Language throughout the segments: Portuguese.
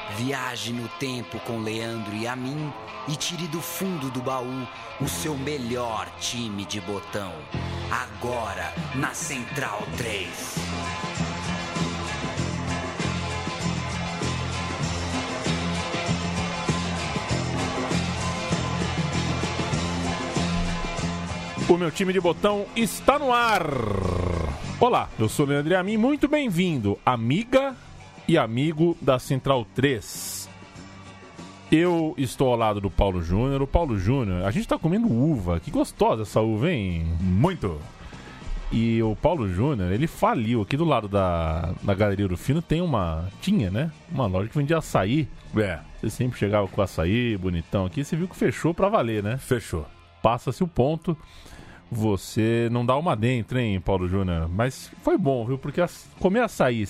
Viaje no tempo com Leandro e a mim e tire do fundo do baú o seu melhor time de botão. Agora na Central 3. O meu time de botão está no ar. Olá, eu sou o Leandro e a mim, muito bem-vindo, amiga e amigo da Central 3. Eu estou ao lado do Paulo Júnior. O Paulo Júnior, a gente tá comendo uva. Que gostosa essa uva, hein? Muito. E o Paulo Júnior, ele faliu. Aqui do lado da Galeria do Fino tinha, né? Uma loja que vendia açaí. Você sempre chegava com açaí, bonitão aqui. Você viu que fechou pra valer, né? Fechou. Passa-se o ponto. Você não dá uma dentro, hein, Paulo Júnior? Mas foi bom, viu? Porque comer açaí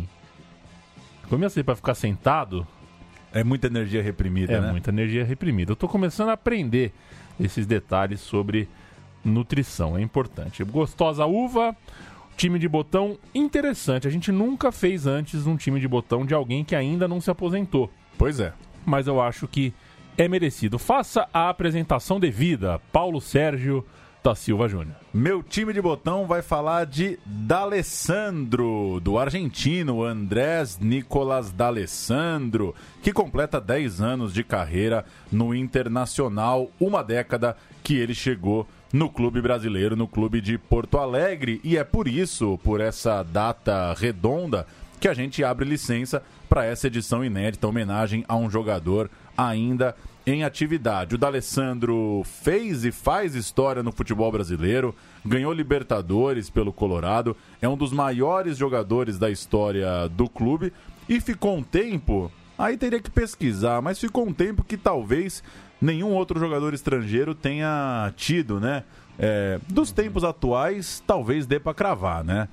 pra ficar sentado... É muita energia reprimida, né? É muita energia reprimida. Eu tô começando a aprender esses detalhes sobre nutrição. É importante. Gostosa uva, time de botão interessante. A gente nunca fez antes um time de botão de alguém que ainda não se aposentou. Pois é. Mas eu acho que é merecido. Faça a apresentação devida. Paulo Sérgio da Silva Júnior. Meu time de botão vai falar de D'Alessandro, do argentino Andrés Nicolás D'Alessandro, que completa 10 anos de carreira no Internacional, uma década que ele chegou no clube brasileiro, no clube de Porto Alegre, e é por isso, por essa data redonda, que a gente abre licença para essa edição inédita, homenagem a um jogador ainda em atividade. O D'Alessandro fez e faz história no futebol brasileiro, ganhou Libertadores pelo Colorado, é um dos maiores jogadores da história do clube e ficou um tempo, aí teria que pesquisar, mas ficou um tempo que talvez nenhum outro jogador estrangeiro tenha tido, né? Dos tempos atuais, talvez dê para cravar, né?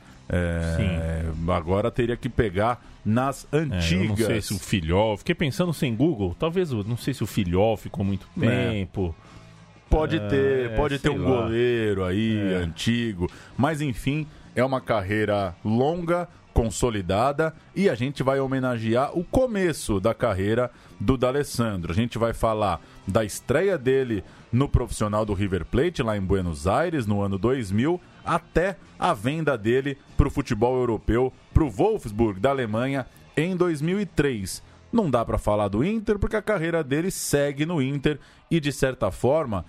Agora teria que pegar nas antigas. Eu não sei se o Filhol, fiquei pensando sem Google, talvez, não sei se o Filhol ficou muito tempo. Pode ter um lá. Goleiro aí, antigo, mas enfim, é uma carreira longa, consolidada, e a gente vai homenagear o começo da carreira do D'Alessandro. A gente vai falar da estreia dele no profissional do River Plate, lá em Buenos Aires, no ano 2000, até a venda dele para o futebol europeu, para o Wolfsburg da Alemanha, em 2003. Não dá para falar do Inter, porque a carreira dele segue no Inter e, de certa forma,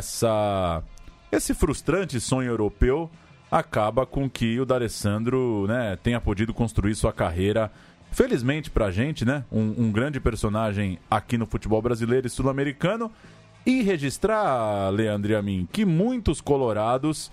esse frustrante sonho europeu acaba com que o D'Alessandro, né, tenha podido construir sua carreira, felizmente pra gente, né, um grande personagem aqui no futebol brasileiro e sul-americano, e registrar, Leandro e a mim, que muitos colorados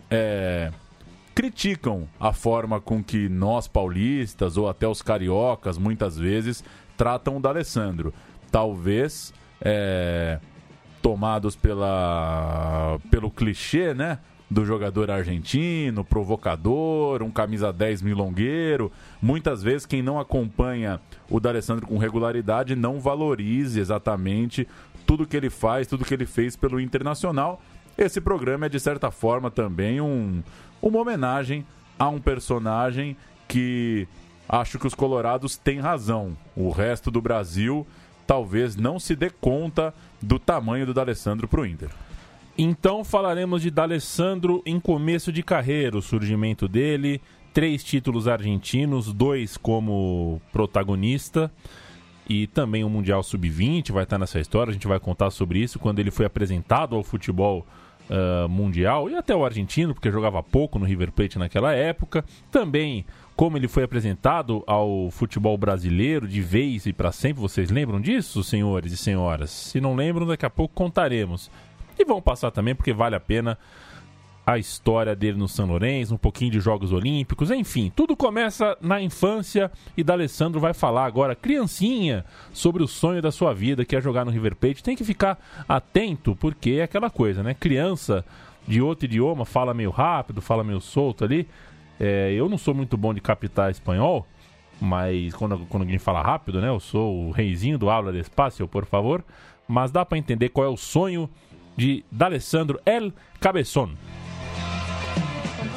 criticam a forma com que nós paulistas ou até os cariocas, muitas vezes, tratam o D'Alessandro. Talvez tomados pelo clichê, né, do jogador argentino, provocador, um camisa 10 milongueiro. Muitas vezes quem não acompanha o D'Alessandro com regularidade não valorize exatamente tudo que ele faz, tudo que ele fez pelo Internacional. Esse programa é, de certa forma, também uma homenagem a um personagem que acho que os colorados têm razão. O resto do Brasil talvez não se dê conta do tamanho do D'Alessandro para o Inter. Então falaremos de D'Alessandro em começo de carreira, o surgimento dele, 3 títulos argentinos, 2 como protagonista e também o Mundial Sub-20 vai estar nessa história. A gente vai contar sobre isso quando ele foi apresentado ao futebol mundial e até o argentino, porque jogava pouco no River Plate naquela época. Também como ele foi apresentado ao futebol brasileiro de vez e para sempre. Vocês lembram disso, senhores e senhoras? Se não lembram, daqui a pouco contaremos. E vão passar também, porque vale a pena, a história dele no São Lourenço, um pouquinho de Jogos Olímpicos, enfim. Tudo começa na infância e D'Alessandro vai falar agora, criancinha, sobre o sonho da sua vida, que é jogar no River Plate. Tem que ficar atento, porque é aquela coisa, né? Criança de outro idioma, fala meio rápido, fala meio solto ali. Eu não sou muito bom de captar espanhol, mas quando alguém fala rápido, né? Eu sou o reizinho do habla despacio, por favor. Mas dá para entender qual é o sonho de D'Alessandro El Cabezón.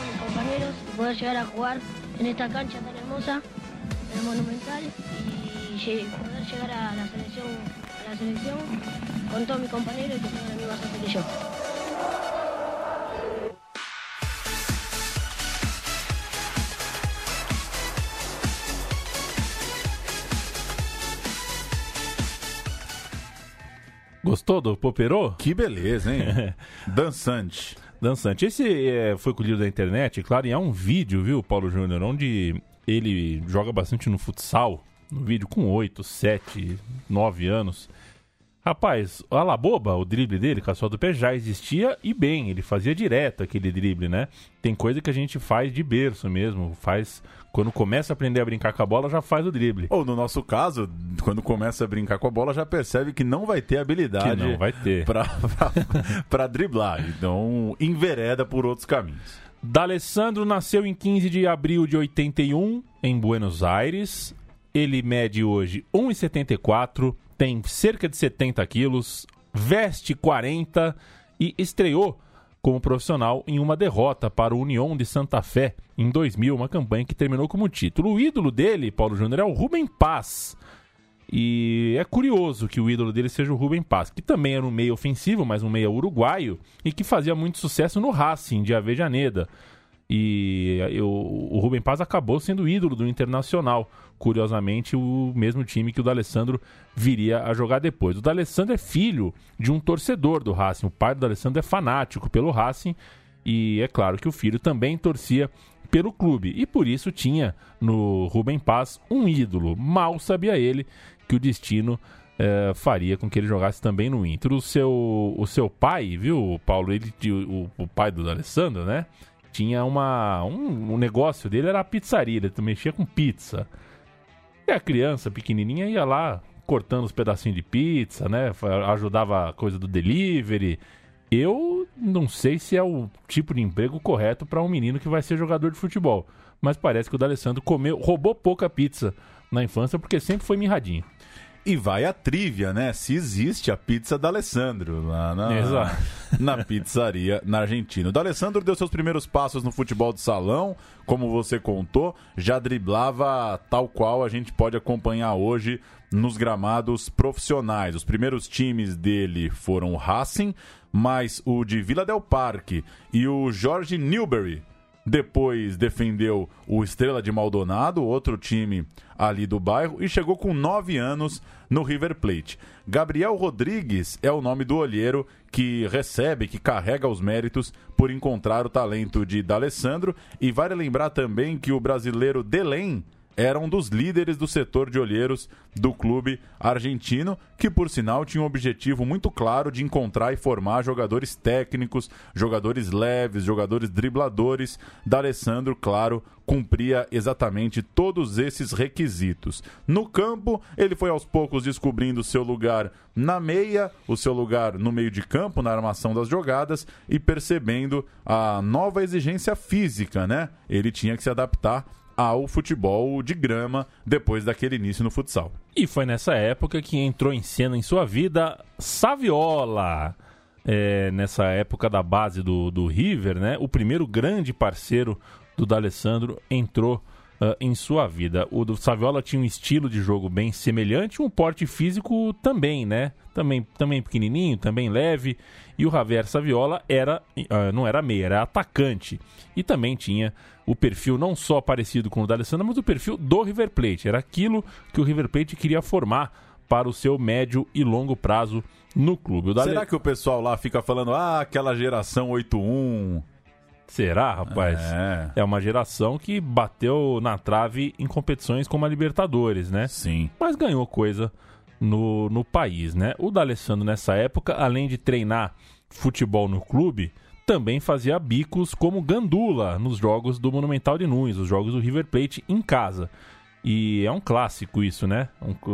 Compañeros, poder llegar a jugar en esta cancha tan hermosa, el Monumental, y poder llegar a la selección con todos mis compañeros y que tengan la misma suerte que yo. Gostou do Poperô? Que beleza, hein? Dançante. Dançante. Esse foi colhido da internet, claro, e é um vídeo, viu, Paulo Júnior, onde ele joga bastante no futsal, no vídeo com 8, 7, 9 anos. Rapaz, a La Boba, o drible dele, com a sola do pé, já existia e bem, ele fazia direto aquele drible, né? Tem coisa que a gente faz de berço mesmo, faz... Quando começa a aprender a brincar com a bola, já faz o drible. Ou no nosso caso, quando começa a brincar com a bola, já percebe que não vai ter habilidade que não vai ter. pra driblar. Então, envereda por outros caminhos. D'Alessandro nasceu em 15 de abril de 81, em Buenos Aires. Ele mede hoje 1,74, tem cerca de 70 quilos, veste 40 e estreou como profissional em uma derrota para o União de Santa Fé em 2000, uma campanha que terminou como título. O ídolo dele, Paulo Júnior, é o Rubem Paz. E é curioso que o ídolo dele seja o Rubem Paz, que também era um meio ofensivo, mas um meio uruguaio, e que fazia muito sucesso no Racing de Avejaneda. E o Rubem Paz acabou sendo ídolo do Internacional. Curiosamente, o mesmo time que o D'Alessandro viria a jogar depois. O D'Alessandro é filho de um torcedor do Racing. O pai do D'Alessandro é fanático pelo Racing. E é claro que o filho também torcia pelo clube. E por isso tinha no Rubem Paz um ídolo. Mal sabia ele que o destino faria com que ele jogasse também no Inter. O seu pai, viu, Paulo? O pai do D'Alessandro, né? Tinha um negócio dele, era a pizzaria, ele mexia com pizza. E a criança pequenininha ia lá cortando os pedacinhos de pizza, né? Ajudava a coisa do delivery. Eu não sei se é o tipo de emprego correto para um menino que vai ser jogador de futebol. Mas parece que o D'Alessandro roubou pouca pizza na infância porque sempre foi mirradinho. E vai a trívia, né? Se existe a pizza D'Alessandro lá na pizzaria na Argentina. O D'Alessandro deu seus primeiros passos no futebol de salão, como você contou, já driblava tal qual a gente pode acompanhar hoje nos gramados profissionais. Os primeiros times dele foram o Racing, mas o de Vila del Parque e o Jorge Newbery. Depois defendeu o Estrela de Maldonado, outro time ali do bairro, e chegou com 9 anos no River Plate. Gabriel Rodrigues é o nome do olheiro que carrega os méritos por encontrar o talento de D'Alessandro. E vale lembrar também que o brasileiro Delém era um dos líderes do setor de olheiros do clube argentino, que por sinal tinha um objetivo muito claro de encontrar e formar jogadores técnicos, jogadores leves, jogadores dribladores. D'Alessandro, claro, cumpria exatamente todos esses requisitos. No campo, ele foi aos poucos descobrindo o seu lugar na meia, o seu lugar no meio de campo, na armação das jogadas, e percebendo a nova exigência física, né? Ele tinha que se adaptar ao futebol de grama depois daquele início no futsal. E foi nessa época que entrou em cena em sua vida Saviola. Nessa época da base do River, né? O primeiro grande parceiro do D'Alessandro entrou em sua vida. O do Saviola tinha um estilo de jogo bem semelhante, um porte físico também, né? Também pequenininho, também leve. E o Javier Saviola não era meia, era atacante. E também tinha o perfil não só parecido com o D'Alessandro, mas o perfil do River Plate. Era aquilo que o River Plate queria formar para o seu médio e longo prazo no clube. Será que o pessoal lá fica falando, aquela geração 8-1... Será, rapaz? É uma geração que bateu na trave em competições como a Libertadores, né? Sim. Mas ganhou coisa no país, né? O D'Alessandro, nessa época, além de treinar futebol no clube, também fazia bicos como gandula nos jogos do Monumental de Nunes, os jogos do River Plate em casa. E é um clássico isso, né?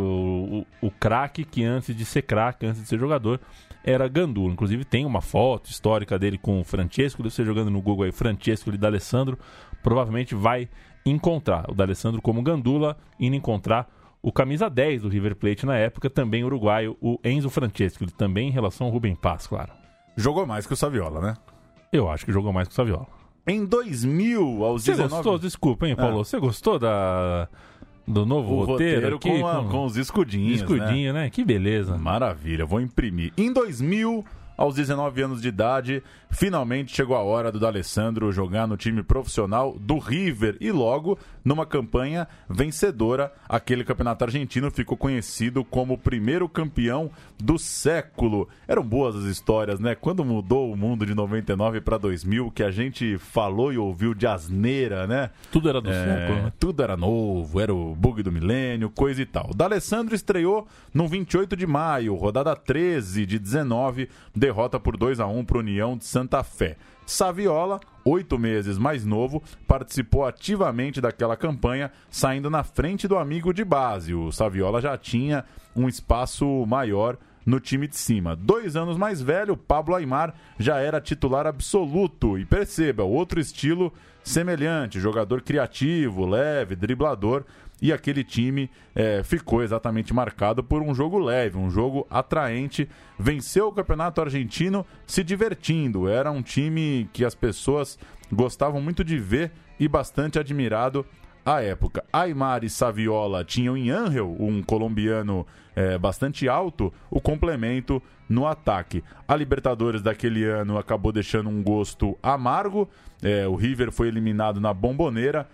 O craque que antes de ser craque, antes de ser jogador, era gandula. Inclusive tem uma foto histórica dele com o Francesco, você jogando no Google aí, Francesco de D'Alessandro, provavelmente vai encontrar o D'Alessandro como gandula, indo encontrar o camisa 10 do River Plate na época, também uruguaio, o Enzo Francesco, ele também em relação ao Rubem Paz, claro. Jogou mais que o Saviola, né? Eu acho que jogou mais que o Saviola. Em 2000, aos 19... Você gostou? Desculpa, hein, Paulo? Você gostou Do novo roteiro aqui, com os escudinhos, escudinho, né? Que beleza. Maravilha, vou imprimir. Em 2000, aos 19 anos de idade, finalmente chegou a hora do D'Alessandro jogar no time profissional do River e logo, numa campanha vencedora, aquele campeonato argentino ficou conhecido como o primeiro campeão do século. Eram boas as histórias, né? Quando mudou o mundo de 99 para 2000, que a gente falou e ouviu de asneira, né? Tudo era do século, né? Tudo era novo, era o bug do milênio, coisa e tal. D'Alessandro estreou no 28 de maio, rodada 13 de 19, derrota por 2-1 para o União de Santa Fé. Saviola, 8 meses mais novo, participou ativamente daquela campanha, saindo na frente do amigo de base. O Saviola já tinha um espaço maior no time de cima. 2 anos mais velho, Pablo Aimar já era titular absoluto. E perceba, outro estilo semelhante, jogador criativo, leve, driblador. E aquele time ficou exatamente marcado por um jogo leve, um jogo atraente. Venceu o campeonato argentino se divertindo. Era um time que as pessoas gostavam muito de ver e bastante admirado à época. Aimar e Saviola tinham em Ángel, um colombiano bastante alto, o complemento no ataque. A Libertadores daquele ano acabou deixando um gosto amargo. O River foi eliminado na Bombonera,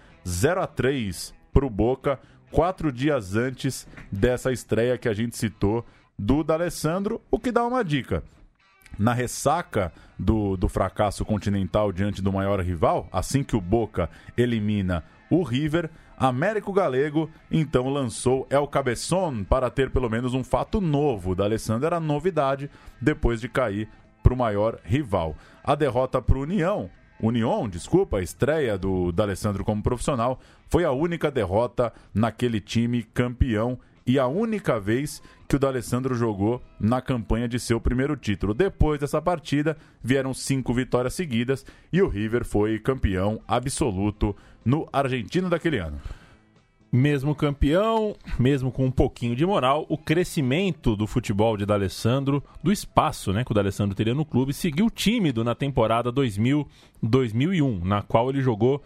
0-3 para o Boca, 4 dias antes dessa estreia que a gente citou do D'Alessandro, o que dá uma dica. Na ressaca do fracasso continental diante do maior rival, assim que o Boca elimina o River, Américo Galego então lançou El Cabeçón para ter pelo menos um fato novo. D'Alessandro era novidade depois de cair para o maior rival. A derrota para o União, a estreia do D'Alessandro como profissional, foi a única derrota naquele time campeão e a única vez que o D'Alessandro jogou na campanha de seu primeiro título. Depois dessa partida, vieram 5 vitórias seguidas e o River foi campeão absoluto no Argentino daquele ano. Mesmo campeão, mesmo com um pouquinho de moral, o crescimento do futebol de D'Alessandro, do espaço, né, que o D'Alessandro teria no clube, seguiu tímido na temporada 2000-2001, na qual ele jogou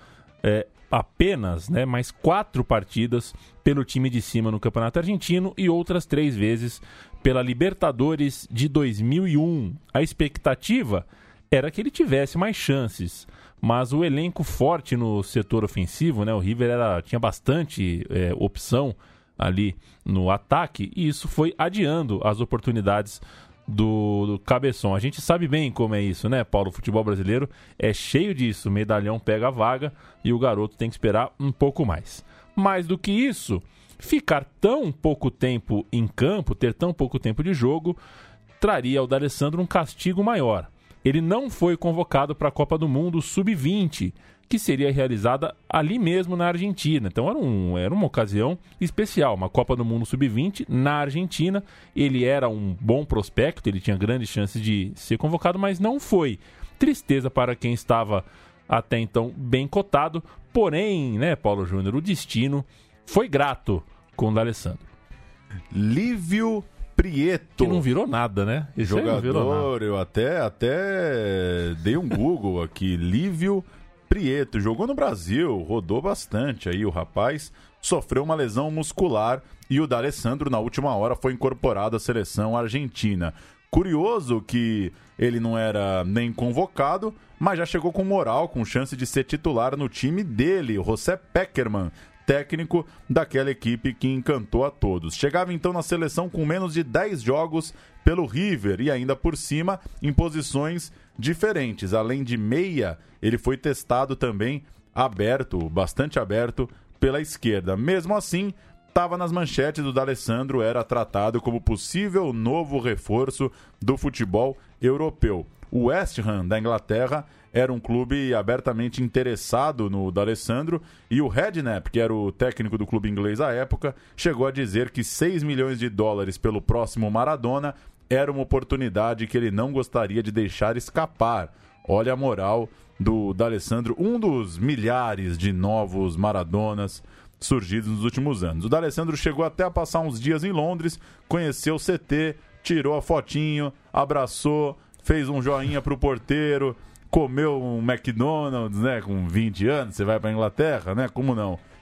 apenas mais 4 partidas pelo time de cima no Campeonato Argentino e outras 3 vezes pela Libertadores de 2001. A expectativa era que ele tivesse mais chances, mas o elenco forte no setor ofensivo, né, o River tinha bastante opção ali no ataque e isso foi adiando as oportunidades do Cabeçon. A gente sabe bem como é isso, né, Paulo? O futebol brasileiro é cheio disso. O medalhão pega a vaga e o garoto tem que esperar um pouco mais. Mais do que isso, ficar tão pouco tempo em campo, ter tão pouco tempo de jogo, traria ao D'Alessandro um castigo maior. Ele não foi convocado para a Copa do Mundo Sub-20, que seria realizada ali mesmo na Argentina. Então era uma ocasião especial, uma Copa do Mundo Sub-20 na Argentina. Ele era um bom prospecto, ele tinha grandes chances de ser convocado, mas não foi. Tristeza para quem estava até então bem cotado, porém, né, Paulo Júnior, o destino foi grato com o D'Alessandro. Lívio Prieto. Que não virou nada, né? Esse jogador, eu até dei um Google aqui. Lívio Prieto, jogou no Brasil, rodou bastante aí o rapaz, sofreu uma lesão muscular e o D'Alessandro na última hora foi incorporado à seleção argentina. Curioso que ele não era nem convocado, mas já chegou com moral, com chance de ser titular no time dele, o José Peckerman, técnico daquela equipe que encantou a todos. Chegava então na seleção com menos de 10 jogos pelo River e ainda por cima em posições diferentes. Além de meia, ele foi testado também bastante aberto pela esquerda. Mesmo assim, estava nas manchetes do D'Alessandro, era tratado como possível novo reforço do futebol europeu. O West Ham da Inglaterra era um clube abertamente interessado no D'Alessandro e o Redknapp, que era o técnico do clube inglês à época, chegou a dizer que 6 milhões de dólares pelo próximo Maradona era uma oportunidade que ele não gostaria de deixar escapar. Olha a moral do D'Alessandro, um dos milhares de novos Maradonas surgidos nos últimos anos. O D'Alessandro chegou até a passar uns dias em Londres, conheceu o CT, tirou a fotinho, abraçou, fez um joinha pro porteiro, comeu um McDonald's, né, com 20 anos, você vai pra Inglaterra, né, como não?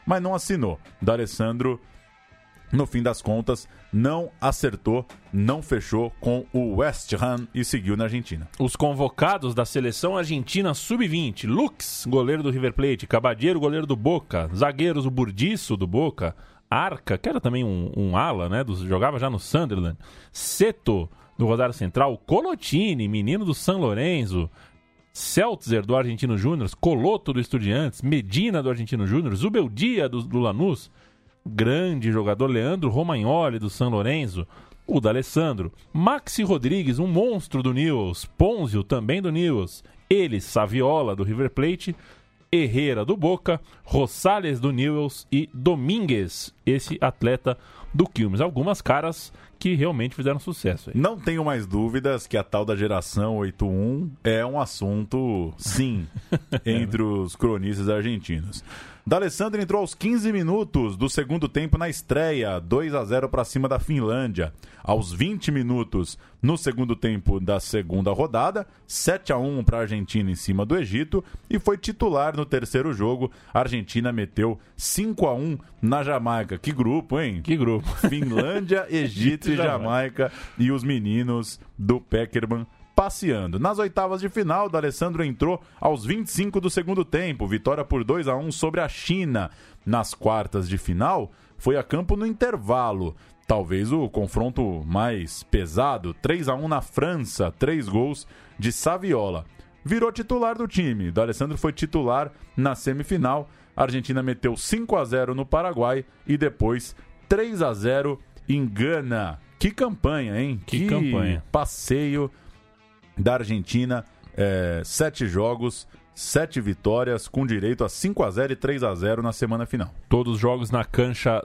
mas não assinou. D'Alessandro, no fim das contas, não acertou, não fechou com o West Ham e seguiu na Argentina. Os convocados da seleção argentina sub-20: Lux, goleiro do River Plate; Caballero, goleiro do Boca; zagueiros, o Burdiço do Boca; Arca, que era também um ala, né, jogava já no Sunderland; Seto, do Rosário Central; Colotini, menino do San Lorenzo; Seltzer, do Argentino Júnior; Coloto, do Estudiantes; Medina, do Argentino Júnior; Zubeldia, do Lanús; grande jogador Leandro Romagnoli, do San Lorenzo; o D'Alessandro; Maxi Rodrigues, um monstro do Newell's; Ponzio, também do Newell's; ele, Saviola, do River Plate; Herrera, do Boca; Rosales, do Newell's; e Domingues, esse atleta do Quilmes. Algumas caras que realmente fizeram sucesso aí. Não tenho mais dúvidas que a tal da geração 81 é um assunto, sim, entre os cronistas argentinos. D'Alessandro entrou aos 15 minutos do segundo tempo na estreia, 2-0 para cima da Finlândia. Aos 20 minutos no segundo tempo da segunda rodada, 7-1 para a Argentina em cima do Egito, e foi titular no terceiro jogo. A Argentina meteu 5-1 na Jamaica. Que grupo, hein? Que grupo. Finlândia, Egito e Jamaica, e os meninos do Peckerman passeando. Nas oitavas de final, D'Alessandro entrou aos 25 do segundo tempo, vitória por 2-1 sobre a China. Nas quartas de final, foi a campo no intervalo, talvez o confronto mais pesado, 3-1 na França, 3 gols de Saviola. Virou titular do time. D'Alessandro foi titular na semifinal. A Argentina meteu 5-0 no Paraguai e depois 3-0 em Gana. Que campanha, hein? Que campanha. Passeio da Argentina, 7 jogos, 7 vitórias, com direito a 5-0 e 3-0 na semana final. Todos os jogos na cancha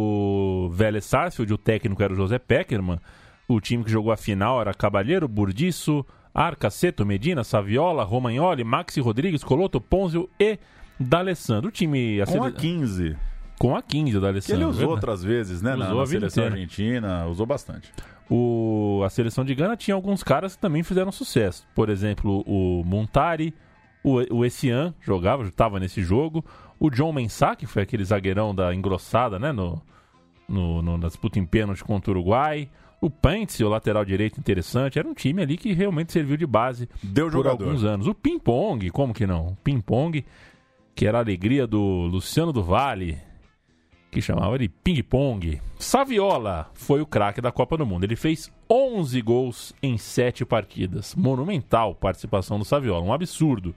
do Vélez Sarsfield, o técnico era o José Peckerman. O time que jogou a final era Caballero, Burdiço, Arca, Seto, Medina, Saviola, Romagnoli, Maxi Rodrigues, Coloto, Ponzio e D'Alessandro. O time... Com a 15. Com a 15, o D'Alessandro. Que ele usou outras vezes, né? Na seleção inteira. argentina, usou bastante. A seleção de Gana tinha alguns caras que também fizeram sucesso. Por exemplo, o Montari, o Essian estava nesse jogo. O John Mensah, que foi aquele zagueirão da engrossada, né? Na disputa em pênalti contra o Uruguai. O Pantz, o lateral direito, interessante. Era um time ali que realmente serviu de base por alguns anos. O Ping-Pong, como que não? O Ping-Pong, que era a alegria do Luciano do Vale, que chamava de ping-pong. Saviola foi o craque da Copa do Mundo. Ele fez 11 gols em 7 partidas. Monumental participação do Saviola, um absurdo.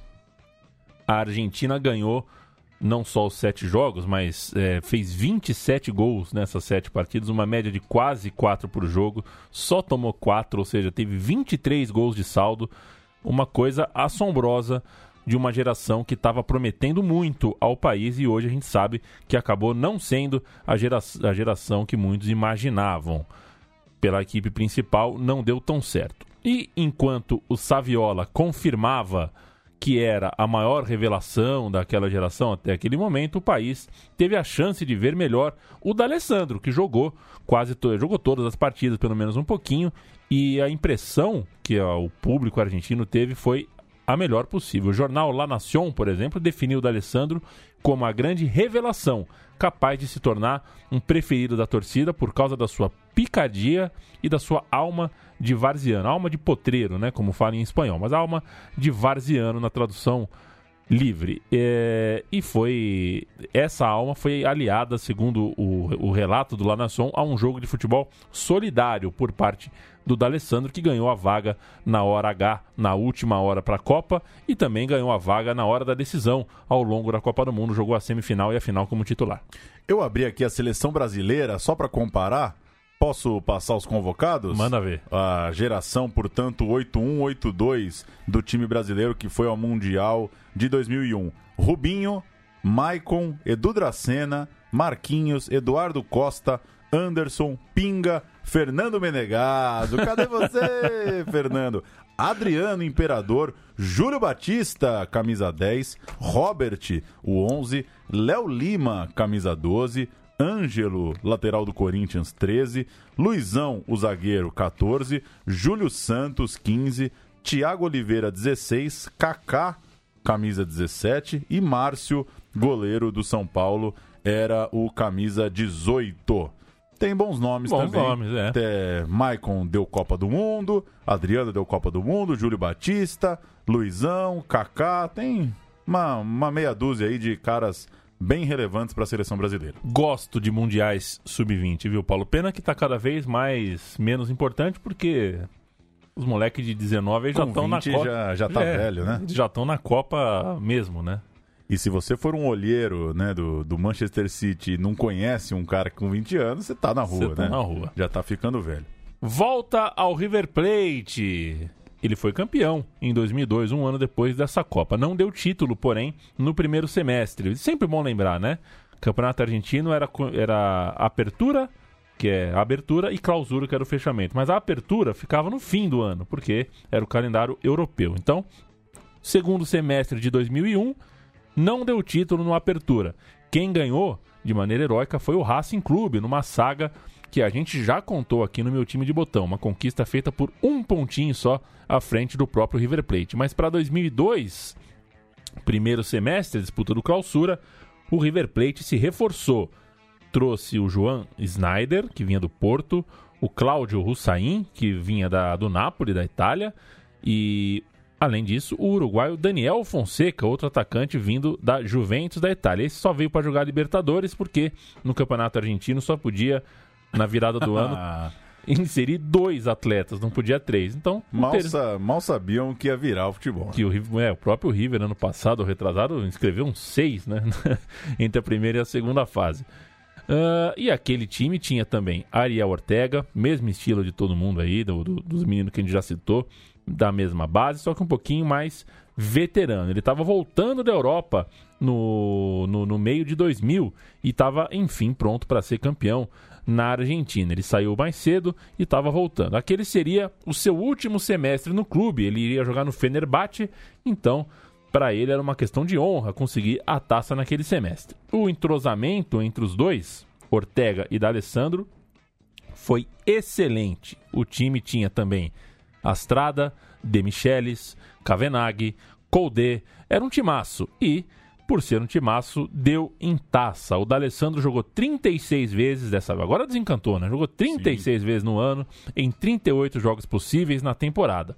A Argentina ganhou não só os 7 jogos, mas fez 27 gols nessas 7 partidas, uma média de quase 4 por jogo. Só tomou 4, ou seja, teve 23 gols de saldo. Uma coisa assombrosa de uma geração que estava prometendo muito ao país, e hoje a gente sabe que acabou não sendo a geração que muitos imaginavam. Pela equipe principal não deu tão certo. E enquanto o Saviola confirmava que era a maior revelação daquela geração até aquele momento, o país teve a chance de ver melhor o D'Alessandro, que jogou jogou todas as partidas, pelo menos um pouquinho, e a impressão que o público argentino teve foi a melhor possível. O jornal La Nación, por exemplo, definiu o D'Alessandro como a grande revelação, capaz de se tornar um preferido da torcida por causa da sua picardia e da sua alma de varziano, alma de potreiro, né, como fala em espanhol, mas alma de varziano na tradução livre. E essa alma foi aliada, segundo o relato do La Nación, a um jogo de futebol solidário por parte do D'Alessandro, que ganhou a vaga na hora H, na última hora para a Copa, e também ganhou a vaga na hora da decisão ao longo da Copa do Mundo. Jogou a semifinal e a final como titular. Eu abri aqui a seleção brasileira só para comparar. Posso passar os convocados? Manda ver. A geração, portanto, 81-82 do time brasileiro que foi ao Mundial de 2001. Rubinho, Maicon, Edu Dracena, Marquinhos, Eduardo Costa, Anderson, Pinga, Fernando Menegaso. Cadê você, Fernando? Adriano Imperador, Júlio Batista, camisa 10, Robert, o 11, Léo Lima, camisa 12, Ângelo, lateral do Corinthians, 13, Luizão, o zagueiro, 14, Júlio Santos, 15, Thiago Oliveira, 16, Kaká, camisa 17, e Márcio, goleiro do São Paulo era o camisa 18. Tem bons nomes também. Bons nomes, é. Até Maicon deu Copa do Mundo, Adriano deu Copa do Mundo, Júlio Batista, Luizão, Kaká. Tem uma meia dúzia aí de caras bem relevantes para a seleção brasileira. Gosto de mundiais sub-20, viu, Paulo? Pena que tá cada vez menos importante, porque os moleques de 19 já estão na Copa. Já tá velho, né? Já estão na Copa mesmo, né? E se você for um olheiro, né, do Manchester City e não conhece um cara com 20 anos, você tá na rua, Você tá né? na rua. Já tá ficando velho. Volta ao River Plate. Ele foi campeão em 2002, um ano depois dessa Copa. Não deu título, porém, no primeiro semestre. Sempre bom lembrar, né? Campeonato argentino era apertura, que é a abertura, e clausura, que era o fechamento. Mas a apertura ficava no fim do ano, porque era o calendário europeu. Então, segundo semestre de 2001, não deu título no apertura. Quem ganhou, de maneira heróica, foi o Racing Clube, numa saga que a gente já contou aqui no Meu Time de Botão. Uma conquista feita por um pontinho só à frente do próprio River Plate. Mas para 2002, primeiro semestre, disputa do clausura, o River Plate se reforçou. Trouxe o João Snyder, que vinha do Porto, o Cláudio Hussain, que vinha do Napoli, da Itália, e, além disso, o uruguaio Daniel Fonseca, outro atacante vindo da Juventus da Itália. Esse só veio para jogar Libertadores, porque no Campeonato Argentino só podia, na virada do ano, inserir 2 atletas, não podia 3. Então, mal sabiam que ia virar o futebol. Que o próprio River, ano passado, retrasado, inscreveu uns 6, né? Entre a primeira e a segunda fase. E aquele time tinha também Ariel Ortega, mesmo estilo de todo mundo aí, dos meninos que a gente já citou, da mesma base, só que um pouquinho mais veterano. Ele estava voltando da Europa no meio de 2000 e estava, enfim, pronto para ser campeão na Argentina. Ele saiu mais cedo e estava voltando. Aquele seria o seu último semestre no clube. Ele iria jogar no Fenerbahçe, então para ele era uma questão de honra conseguir a taça naquele semestre. O entrosamento entre os dois, Ortega e D'Alessandro, foi excelente. O time tinha também Astrada, De Michelis, Cavenaghi, Koldé. Era um timaço e, por ser um timaço, deu em taça. O D'Alessandro jogou 36 vezes dessa vez. Agora desencantou, né? Jogou 36 vezes no ano, em 38 jogos possíveis na temporada.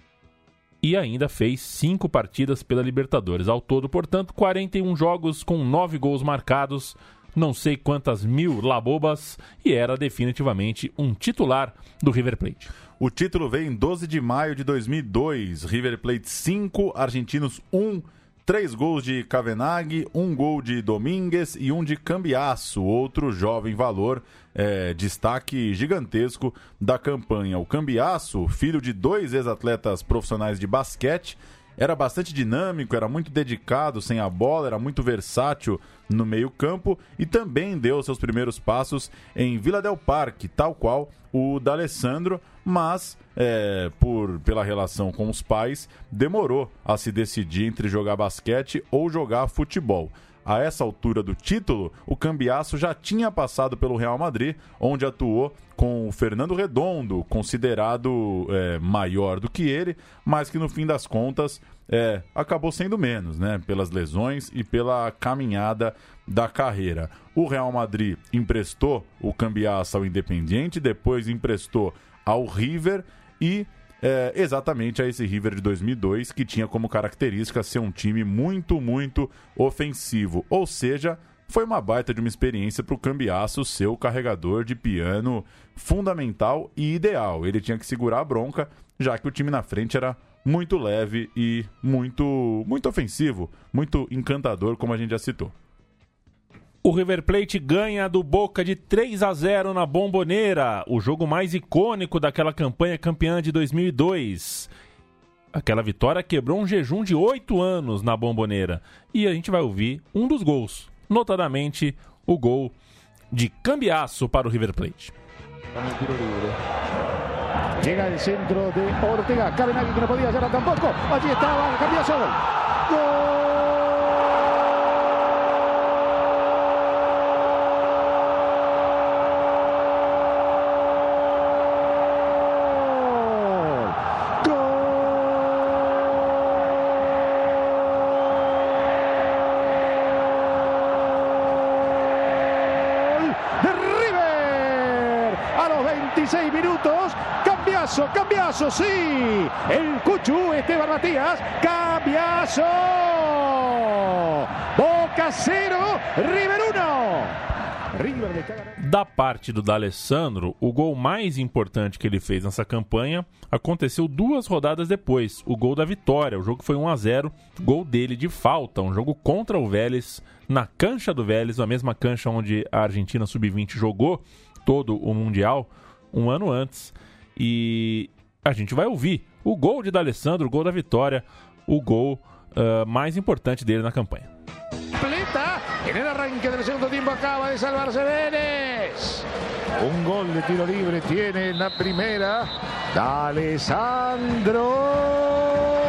E ainda fez 5 partidas pela Libertadores. Ao todo, portanto, 41 jogos com 9 gols marcados, não sei quantas mil labobas, e era definitivamente um titular do River Plate. O título veio em 12 de maio de 2002. River Plate 5, Argentinos 1, 3 gols de Cavenaghi, 1 gol de Domingues e 1 de Cambiasso, outro jovem valor, destaque gigantesco da campanha. O Cambiasso, filho de 2 ex-atletas profissionais de basquete, era bastante dinâmico, era muito dedicado sem a bola, era muito versátil no meio-campo e também deu seus primeiros passos em Vila del Parque, tal qual o D'Alessandro, mas pela relação com os pais, demorou a se decidir entre jogar basquete ou jogar futebol. A essa altura do título, o Cambiasso já tinha passado pelo Real Madrid, onde atuou com o Fernando Redondo, considerado maior do que ele, mas que no fim das contas acabou sendo menos, né? Pelas lesões e pela caminhada da carreira. O Real Madrid emprestou o Cambiasso ao Independiente, depois emprestou ao River e exatamente a esse River de 2002, que tinha como característica ser um time muito, muito ofensivo. Ou seja, foi uma baita de uma experiência para o Cambiasso ser o carregador de piano fundamental e ideal. Ele tinha que segurar a bronca, já que o time na frente era muito leve e muito, muito ofensivo, muito encantador, como a gente já citou. O River Plate ganha do Boca de 3-0 na Bombonera, o jogo mais icônico daquela campanha campeã de 2002. Aquela vitória quebrou um jejum de 8 anos na Bombonera. E a gente vai ouvir um dos gols, notadamente o gol de Cambiasso para o River Plate. Llega el centro de Ortega, Cavenaghi que no podía llegar tampoco. Allí estaba Cambiasso. ¡Gol! de River. A los 26 minutos, Cambiaso, sí. El Cuchu, Esteban Matías, Cambiaso. Boca 0, River 1. Da parte do D'Alessandro, o gol mais importante que ele fez nessa campanha aconteceu 2 rodadas depois, o gol da vitória. O jogo foi 1-0, gol dele de falta, um jogo contra o Vélez, na cancha do Vélez, a mesma cancha onde a Argentina Sub-20 jogou todo o Mundial um ano antes. E a gente vai ouvir o gol de D'Alessandro, o gol da vitória, o gol mais importante dele na campanha. En el arranque del segundo tiempo acaba de salvarse Vélez. Un gol de tiro libre tiene en la primera D'Alessandro.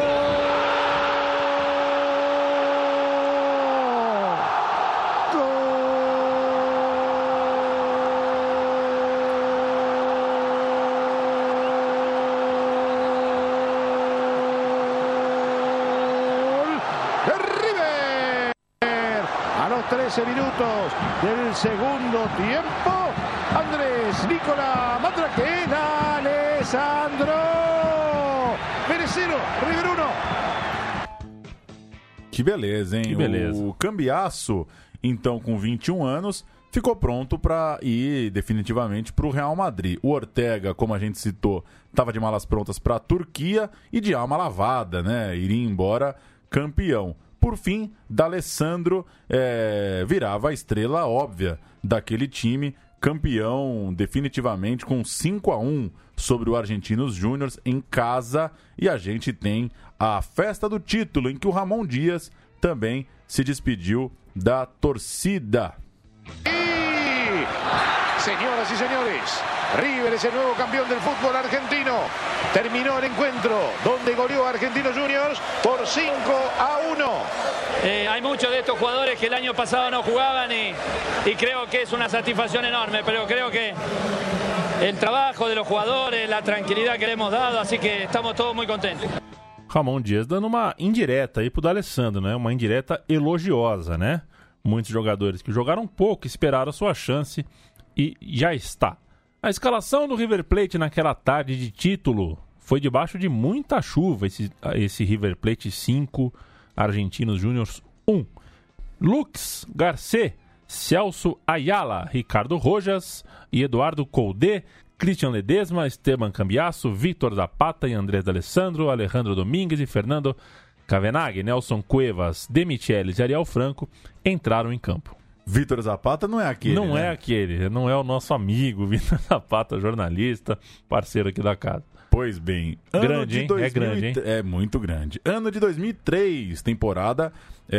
Gol de River. A los 13 minutos del segundo tiempo, Andrés Nicolás Mandrake, D'Alessandro. Vélez 0, River 1. Que beleza, hein? Que beleza. O Cambiasso, então, com 21 anos, ficou pronto para ir definitivamente para o Real Madrid. O Ortega, como a gente citou, estava de malas prontas para a Turquia e de alma lavada, né? Iria embora campeão. Por fim, D'Alessandro virava a estrela óbvia daquele time, campeão definitivamente com 5-1 sobre o Argentinos Júnior em casa. E a gente tem a festa do título, em que o Ramon Dias também se despediu da torcida. Señoras y señores, River es el nuevo campeón del fútbol argentino. Terminó el encuentro donde goleó a Argentinos Juniors por 5-1. Hay muchos de estos jugadores que el año pasado no jugaban y creo que es una satisfacción enorme, pero creo que el trabajo de los jugadores, la tranquilidad que le hemos dado, así que estamos todos muy contentos. Ramon Dias dando uma indireta aí pro D'Alessandro, né? Uma indireta elogiosa, né? Muitos jogadores que jogaram pouco esperaram a sua chance e já está. A escalação do River Plate naquela tarde de título foi debaixo de muita chuva, esse River Plate 5, Argentinos Júniors 1. Lux Garcê, Celso Ayala, Ricardo Rojas e Eduardo Coldé, Christian Ledesma, Esteban Cambiasso, Vitor Zapata e Andrés D'Alessandro, Alejandro Domingues e Fernando Cavenaghi, Nelson Cuevas, De Michelis e Ariel Franco entraram em campo. Vitor Zapata não é aquele, Não é aquele, não é o nosso amigo Vitor Zapata, jornalista, parceiro aqui da casa. Pois bem, ano grande, de hein? 2000... É grande, hein? É muito grande. Ano de 2003, temporada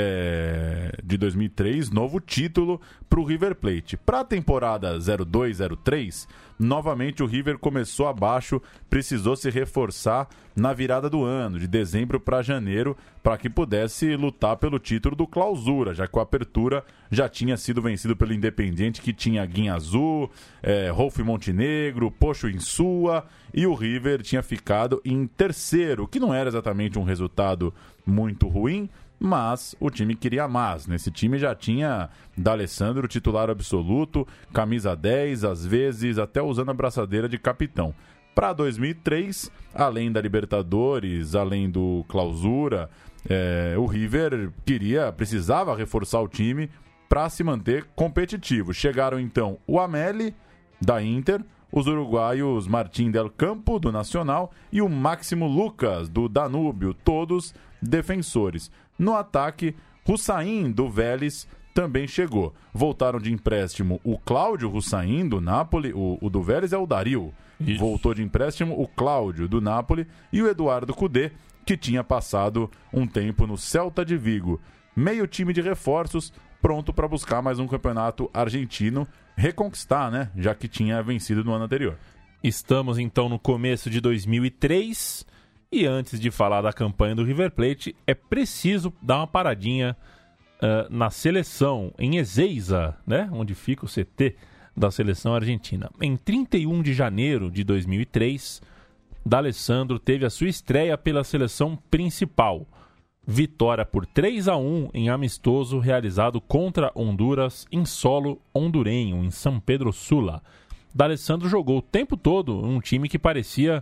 de 2003, novo título para o River Plate. Para a temporada 02-03, novamente o River começou abaixo, precisou se reforçar na virada do ano, de dezembro para janeiro, para que pudesse lutar pelo título do Clausura, já que o Apertura já tinha sido vencido pelo Independiente, que tinha Guinha Azul, Rolf Montenegro, Pocho Insua, e o River tinha ficado em terceiro, que não era exatamente um resultado muito ruim, mas o time queria mais. Nesse time já tinha D'Alessandro, titular absoluto, camisa 10, às vezes até usando a braçadeira de capitão. Para 2003, além da Libertadores, além do Clausura, o River precisava reforçar o time para se manter competitivo. Chegaram então o Amelli, da Inter, os uruguaios Martín del Campo, do Nacional, e o Máximo Lucas, do Danúbio, todos defensores. No ataque, Hussain, do Vélez, também chegou. Voltaram de empréstimo o Cláudio Hussain, do Napoli, o do Vélez é o Dario. Isso. Voltou de empréstimo o Cláudio, do Napoli, e o Eduardo Cudê, que tinha passado um tempo no Celta de Vigo. Meio time de reforços, pronto para buscar mais um campeonato argentino, reconquistar, né? Já que tinha vencido no ano anterior. Estamos então no começo de 2003 e antes de falar da campanha do River Plate, é preciso dar uma paradinha na seleção, em Ezeiza, né? Onde fica o CT da seleção argentina. Em 31 de janeiro de 2003, D'Alessandro teve a sua estreia pela seleção principal. Vitória por 3-1 em amistoso realizado contra Honduras em solo hondurenho, em São Pedro Sula. D'Alessandro jogou o tempo todo um time que parecia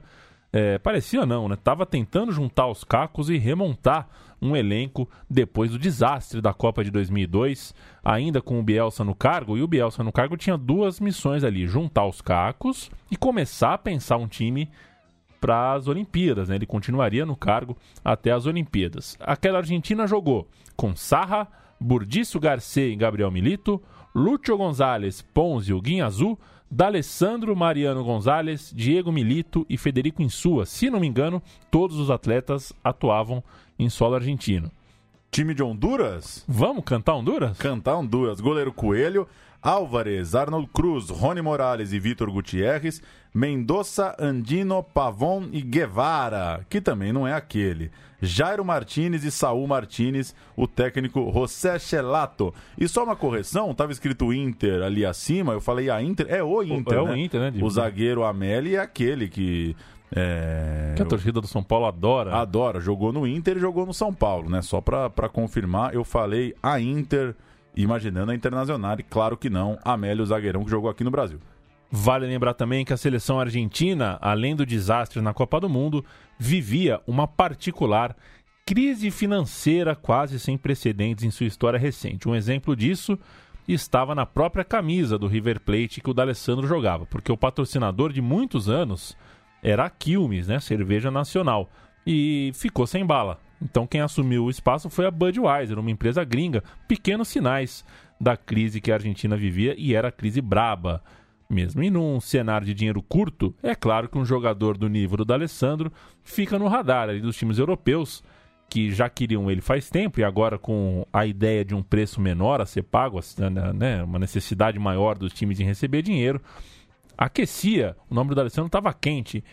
não, né? Tava tentando juntar os cacos e remontar um elenco depois do desastre da Copa de 2002, ainda com o Bielsa no cargo. E o Bielsa no cargo tinha duas missões ali: juntar os cacos e começar a pensar um time para as Olimpíadas, né? Ele continuaria no cargo até as Olimpíadas. Aquela Argentina jogou com Sarra, Burdiço Garcê e Gabriel Milito, Lúcio Gonzalez, Ponzio, Guinazú, D'Alessandro, Mariano Gonzalez, Diego Milito e Federico Insua. Se não me engano, todos os atletas atuavam em solo argentino. Time de Honduras? Vamos cantar Honduras? Cantar Honduras. Goleiro Coelho, Álvares, Arnold Cruz, Rony Morales e Vitor Gutierrez, Mendoza, Andino, Pavon e Guevara, que também não é aquele. Jairo Martínez e Saúl Martínez, o técnico José Chelato. E só uma correção, estava escrito Inter ali acima, eu falei a Inter, é o Inter, é né? O Inter, né? O zagueiro Amélie é aquele que... que a torcida do São Paulo adora. Adora, jogou no Inter e jogou no São Paulo, né? Só para confirmar, eu falei a Inter, imaginando a Internacional, e claro que não, Amélio, o zagueirão que jogou aqui no Brasil. Vale lembrar também que a seleção argentina, além do desastre na Copa do Mundo, vivia uma particular crise financeira quase sem precedentes em sua história recente. Um exemplo disso estava na própria camisa do River Plate que o D'Alessandro jogava, porque o patrocinador de muitos anos era a Quilmes, né, cerveja nacional, e ficou sem bala. Então quem assumiu o espaço foi a Budweiser, uma empresa gringa. Pequenos sinais da crise que a Argentina vivia, e era crise braba mesmo. E num cenário de dinheiro curto, é claro que um jogador do nível do D'Alessandro fica no radar ali dos times europeus, que já queriam ele faz tempo, e agora com a ideia de um preço menor a ser pago, né, uma necessidade maior dos times em receber dinheiro, aquecia. O nome do D'Alessandro estava quente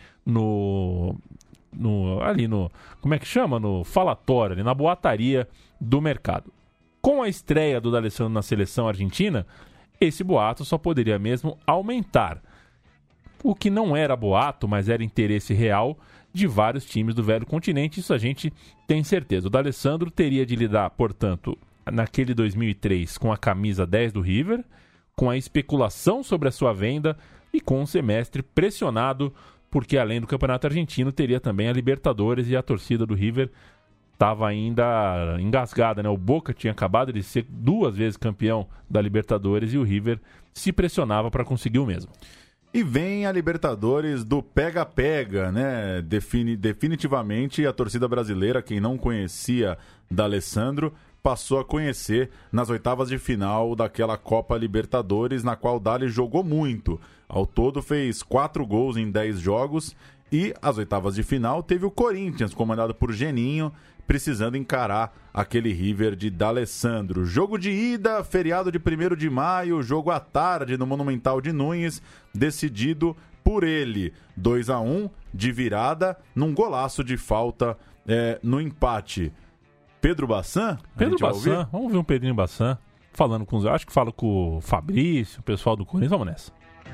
como é que chama? No falatório, ali na boataria do mercado. Com a estreia do D'Alessandro na seleção argentina, esse boato só poderia mesmo aumentar. O que não era boato, mas era interesse real de vários times do velho continente, isso a gente tem certeza. O D'Alessandro teria de lidar, portanto, naquele 2003 com a camisa 10 do River, com a especulação sobre a sua venda e com um semestre pressionado, porque além do Campeonato Argentino teria também a Libertadores, e a torcida do River estava ainda engasgada, né? O Boca tinha acabado de ser 2 vezes campeão da Libertadores e o River se pressionava para conseguir o mesmo. E vem a Libertadores do pega-pega, né? Definitivamente a torcida brasileira, quem não conhecia D'Alessandro, passou a conhecer nas oitavas de final daquela Copa Libertadores, na qual o Dali jogou muito. Ao todo fez 4 gols em 10 jogos, e as oitavas de final teve o Corinthians, comandado por Geninho, precisando encarar aquele River de D'Alessandro. Jogo de ida, feriado de 1º de maio, jogo à tarde no Monumental de Núñez, decidido por ele. 2-1 de virada, num golaço de falta no empate. Pedro Bassan? Pedro Bassan, vamos ver um Pedrinho Bassan falando acho que fala com o Fabrício, o pessoal do Corinthians. Vamos nessa.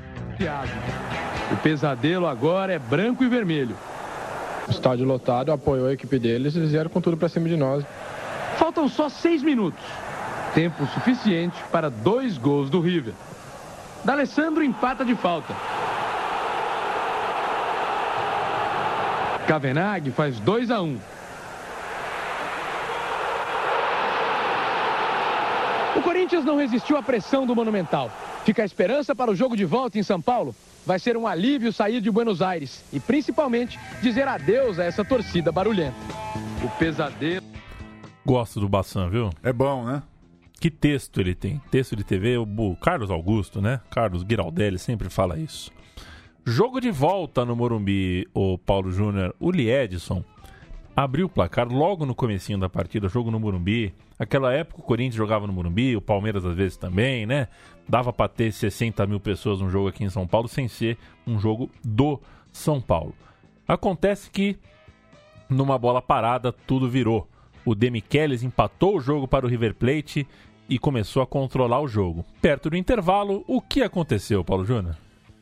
O pesadelo agora é branco e vermelho. Estádio lotado, apoiou a equipe deles, eles vieram com tudo pra cima de nós. Faltam só 6 minutos. Tempo suficiente para 2 gols do River. D'Alessandro empata de falta. Cavenaghi faz 2-1. O Corinthians não resistiu à pressão do Monumental. Fica a esperança para o jogo de volta em São Paulo. Vai ser um alívio sair de Buenos Aires e, principalmente, dizer adeus a essa torcida barulhenta. O pesadelo... Gosto do Bassan, viu? É bom, né? Que texto ele tem. Texto de TV, o Carlos Augusto, né? Carlos Giraldelli sempre fala isso. Jogo de volta no Morumbi, o Paulo Júnior. O Liedson abriu o placar logo no comecinho da partida, jogo no Morumbi. Aquela época o Corinthians jogava no Morumbi, o Palmeiras às vezes também, né? Dava para ter 60 mil pessoas num jogo aqui em São Paulo sem ser um jogo do São Paulo. Acontece que numa bola parada tudo virou. O Demichelis empatou o jogo para o River Plate e começou a controlar o jogo. Perto do intervalo, o que aconteceu, Paulo Júnior?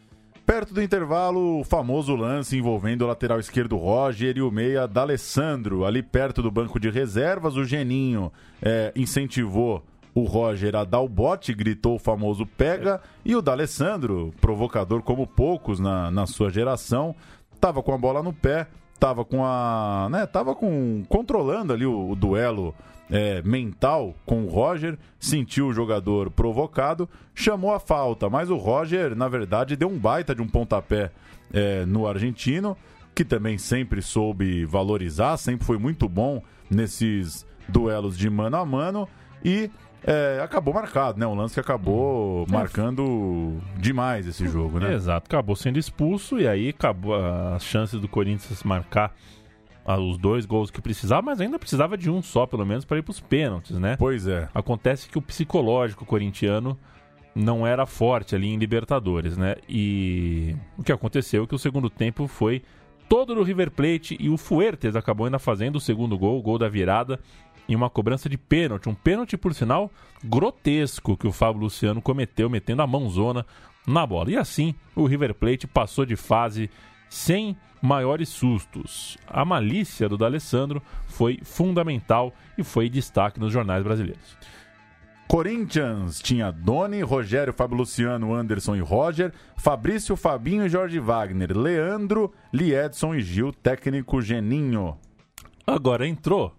Perto do intervalo, o famoso lance envolvendo o lateral esquerdo Roger e o meia D'Alessandro. Ali perto do banco de reservas, o Geninho incentivou o Roger a dar o bote, gritou o famoso pega, e o D'Alessandro, provocador como poucos na sua geração, estava com a bola no pé, estava controlando ali o duelo mental com o Roger, sentiu o jogador provocado, chamou a falta, mas o Roger, na verdade, deu um baita de um pontapé no argentino, que também sempre soube valorizar, sempre foi muito bom nesses duelos de mano a mano, e acabou marcado, né? Um lance que acabou marcando demais esse jogo, né? Exato, acabou sendo expulso e aí acabou as chances do Corinthians marcar os 2 gols que precisava, mas ainda precisava de um só, pelo menos, para ir para os pênaltis, né? Pois é. Acontece que o psicológico corintiano não era forte ali em Libertadores, né? E o que aconteceu é que o segundo tempo foi todo do River Plate e o Fuertes acabou ainda fazendo o segundo gol, o gol da virada, em uma cobrança de pênalti. Um pênalti, por sinal, grotesco que o Fábio Luciano cometeu, metendo a mãozona na bola. E assim, o River Plate passou de fase sem maiores sustos. A malícia do D'Alessandro foi fundamental e foi destaque nos jornais brasileiros. Corinthians tinha Doni, Rogério, Fábio Luciano, Anderson e Roger, Fabrício, Fabinho e Jorge Wagner, Leandro, Liedson e Gil, técnico Geninho. Agora entrou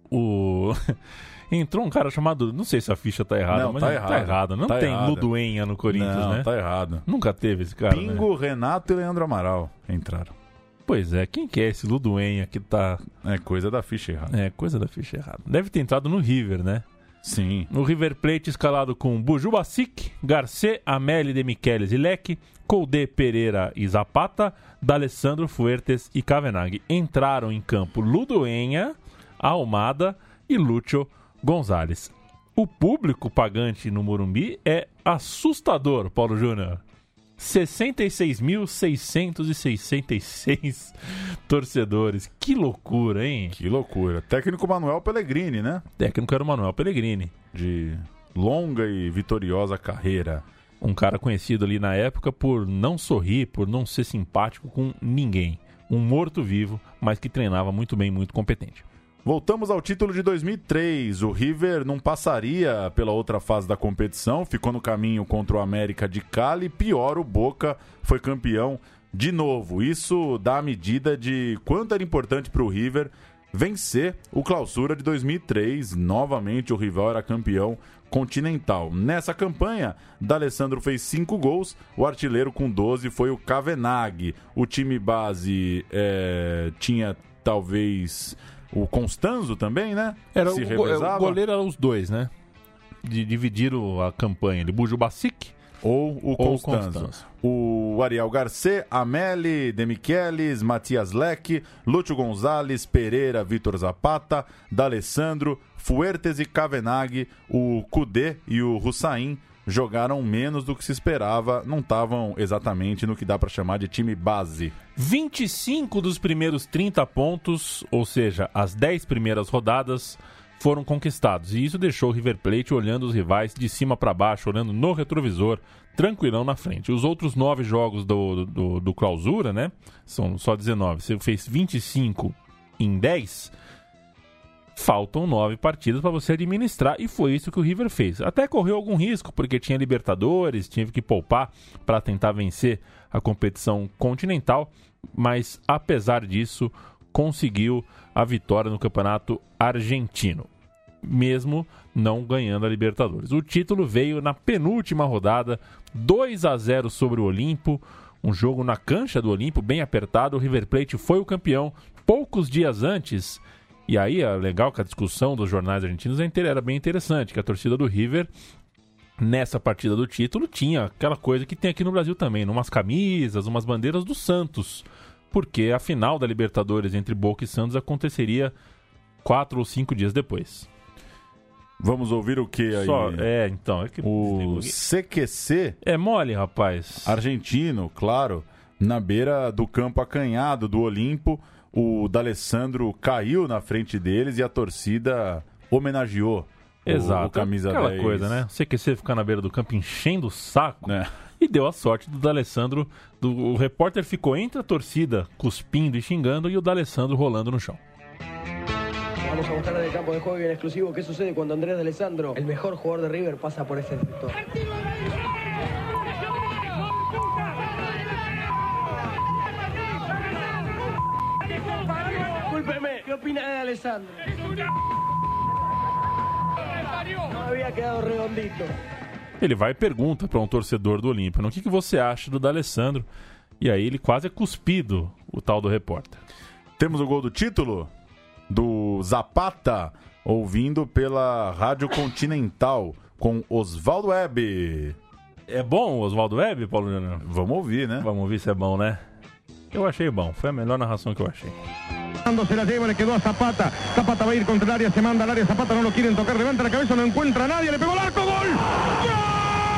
um cara chamado... Não sei se a ficha tá errada, mas tá errada. Não tá tem errada. Luduenha no Corinthians, né? Tá errado. Nunca teve esse cara, Pingo, né? Renato e Leandro Amaral entraram. Pois é, quem que é esse Luduenha que tá... É coisa da ficha errada. É, coisa da ficha errada. Deve ter entrado no River, né? Sim. No River Plate escalado com Bujubasic, Garcê, Amélie de Michelis e Leque, Koldé, Pereira e Zapata, D'Alessandro, Fuertes e Cavenaghi. Entraram em campo Luduenha, Almada e Lúcio Gonzalez. O público pagante no Morumbi é assustador, Paulo Júnior. 66.666 torcedores. Que loucura, hein? Que loucura. Técnico Manuel Pellegrini, né? Técnico era o Manuel Pellegrini. De longa e vitoriosa carreira. Um cara conhecido ali na época por não sorrir, por não ser simpático com ninguém. Um morto-vivo, mas que treinava muito bem, muito competente. Voltamos ao título de 2003. O River não passaria pela outra fase da competição, ficou no caminho contra o América de Cali. Pior, o Boca foi campeão de novo. Isso dá a medida de quanto era importante para o River vencer o Clausura de 2003. Novamente o rival era campeão continental. Nessa campanha, D'Alessandro fez 5 gols, o artilheiro com 12 foi o Cavenaghi. O time base tinha talvez... O Constanzo também, né? Se revezava. O goleiro era os dois, né? Dividiram a campanha de Bujubasic ou o Constanzo. O Ariel Garcê, Amélie de Michelis, Matias Leque, Lúcio Gonzalez, Pereira, Vitor Zapata, D'Alessandro, Fuertes e Cavenaghi. O Koudé e o Hussain jogaram menos do que se esperava, não estavam exatamente no que dá para chamar de time base. 25 dos primeiros 30 pontos, ou seja, as 10 primeiras rodadas, foram conquistados. E isso deixou o River Plate olhando os rivais de cima para baixo, olhando no retrovisor, tranquilão na frente. Os outros 9 jogos do Clausura, né? São só 19. Você fez 25 em 10... Faltam 9 partidas para você administrar e foi isso que o River fez. Até correu algum risco, porque tinha Libertadores, tinha que poupar para tentar vencer a competição continental, mas apesar disso, conseguiu a vitória no Campeonato Argentino, mesmo não ganhando a Libertadores. O título veio na penúltima rodada, 2-0 sobre o Olimpo, um jogo na cancha do Olimpo, bem apertado. O River Plate foi o campeão poucos dias antes. E aí é legal que a discussão dos jornais argentinos era bem interessante, que a torcida do River, nessa partida do título, tinha aquela coisa que tem aqui no Brasil também, umas camisas, umas bandeiras do Santos, porque a final da Libertadores entre Boca e Santos aconteceria 4 ou 5 dias depois. Vamos ouvir o que aí? O CQC... É mole, rapaz. Argentino, claro, na beira do campo acanhado do Olimpo. O D'Alessandro caiu na frente deles e a torcida homenageou Exato. O camisa aquela 10. coisa, né? Você quer ficar na beira do campo enchendo o saco. E deu a sorte do D'Alessandro. O repórter ficou entre a torcida, cuspindo e xingando, e o D'Alessandro rolando no chão. Vamos a mostrar en el campo de juego en exclusivo qué sucede cuando Andrés D'Alessandro, el mejor jugador de River, pasa por ese sector. Discúlpeme, ¿qué opina de D'Alessandro? No había quedado redondito. Ele vai e pergunta para um torcedor do Olímpia: o que você acha do D'Alessandro? E aí ele quase é cuspido, o tal do repórter. Temos o gol do título do Zapata, ouvindo pela Rádio Continental, com Osvaldo Webb. É bom o Osvaldo Webb, Paulo Júnior? Vamos ouvir, né? Vamos ouvir se é bom, né? Eu achei bom, foi a melhor narração que eu achei. Se la lleva, le quedó a Zapata. Zapata va a ir contra el área, se manda al área. Zapata no lo quieren tocar, levanta la cabeza, no encuentra a nadie, le pegó el arco, gol. ¡Gol!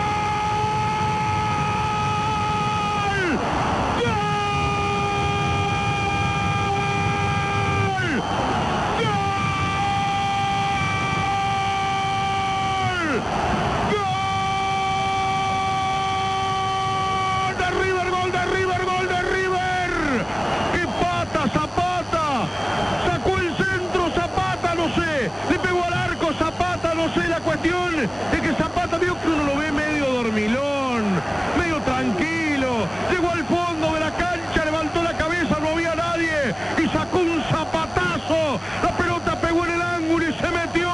Es que Zapata vio que uno lo ve medio dormilón, medio tranquilo, llegó al fondo de la cancha, levantó la cabeza, no había nadie y sacó un zapatazo, la pelota pegó en el ángulo y se metió.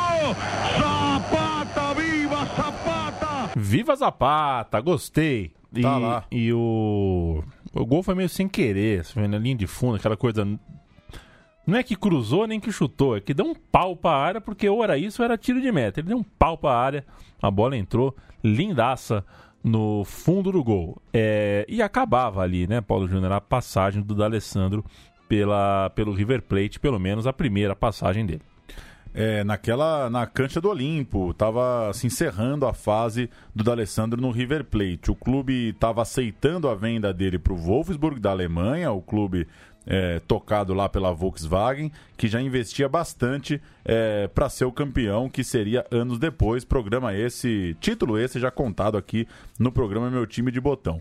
Zapata, viva Zapata! Viva Zapata, gostei. Tá lá. E o gol foi meio sem querer, assim, na linha de fundo, aquela coisa. Não é que cruzou nem que chutou, é que deu um pau pra área, porque ou era isso ou era tiro de meta. Ele deu um pau pra área, a bola entrou lindaça no fundo do gol. E acabava ali, né, Paulo Júnior, a passagem do D'Alessandro pelo River Plate, pelo menos a primeira passagem dele. Na cancha do Olimpo, estava se encerrando a fase do D'Alessandro no River Plate. O clube estava aceitando a venda dele para o Wolfsburg da Alemanha, o clube tocado lá pela Volkswagen, que já investia bastante para ser o campeão, que seria anos depois. Título esse já contado aqui no programa Meu Time de Botão.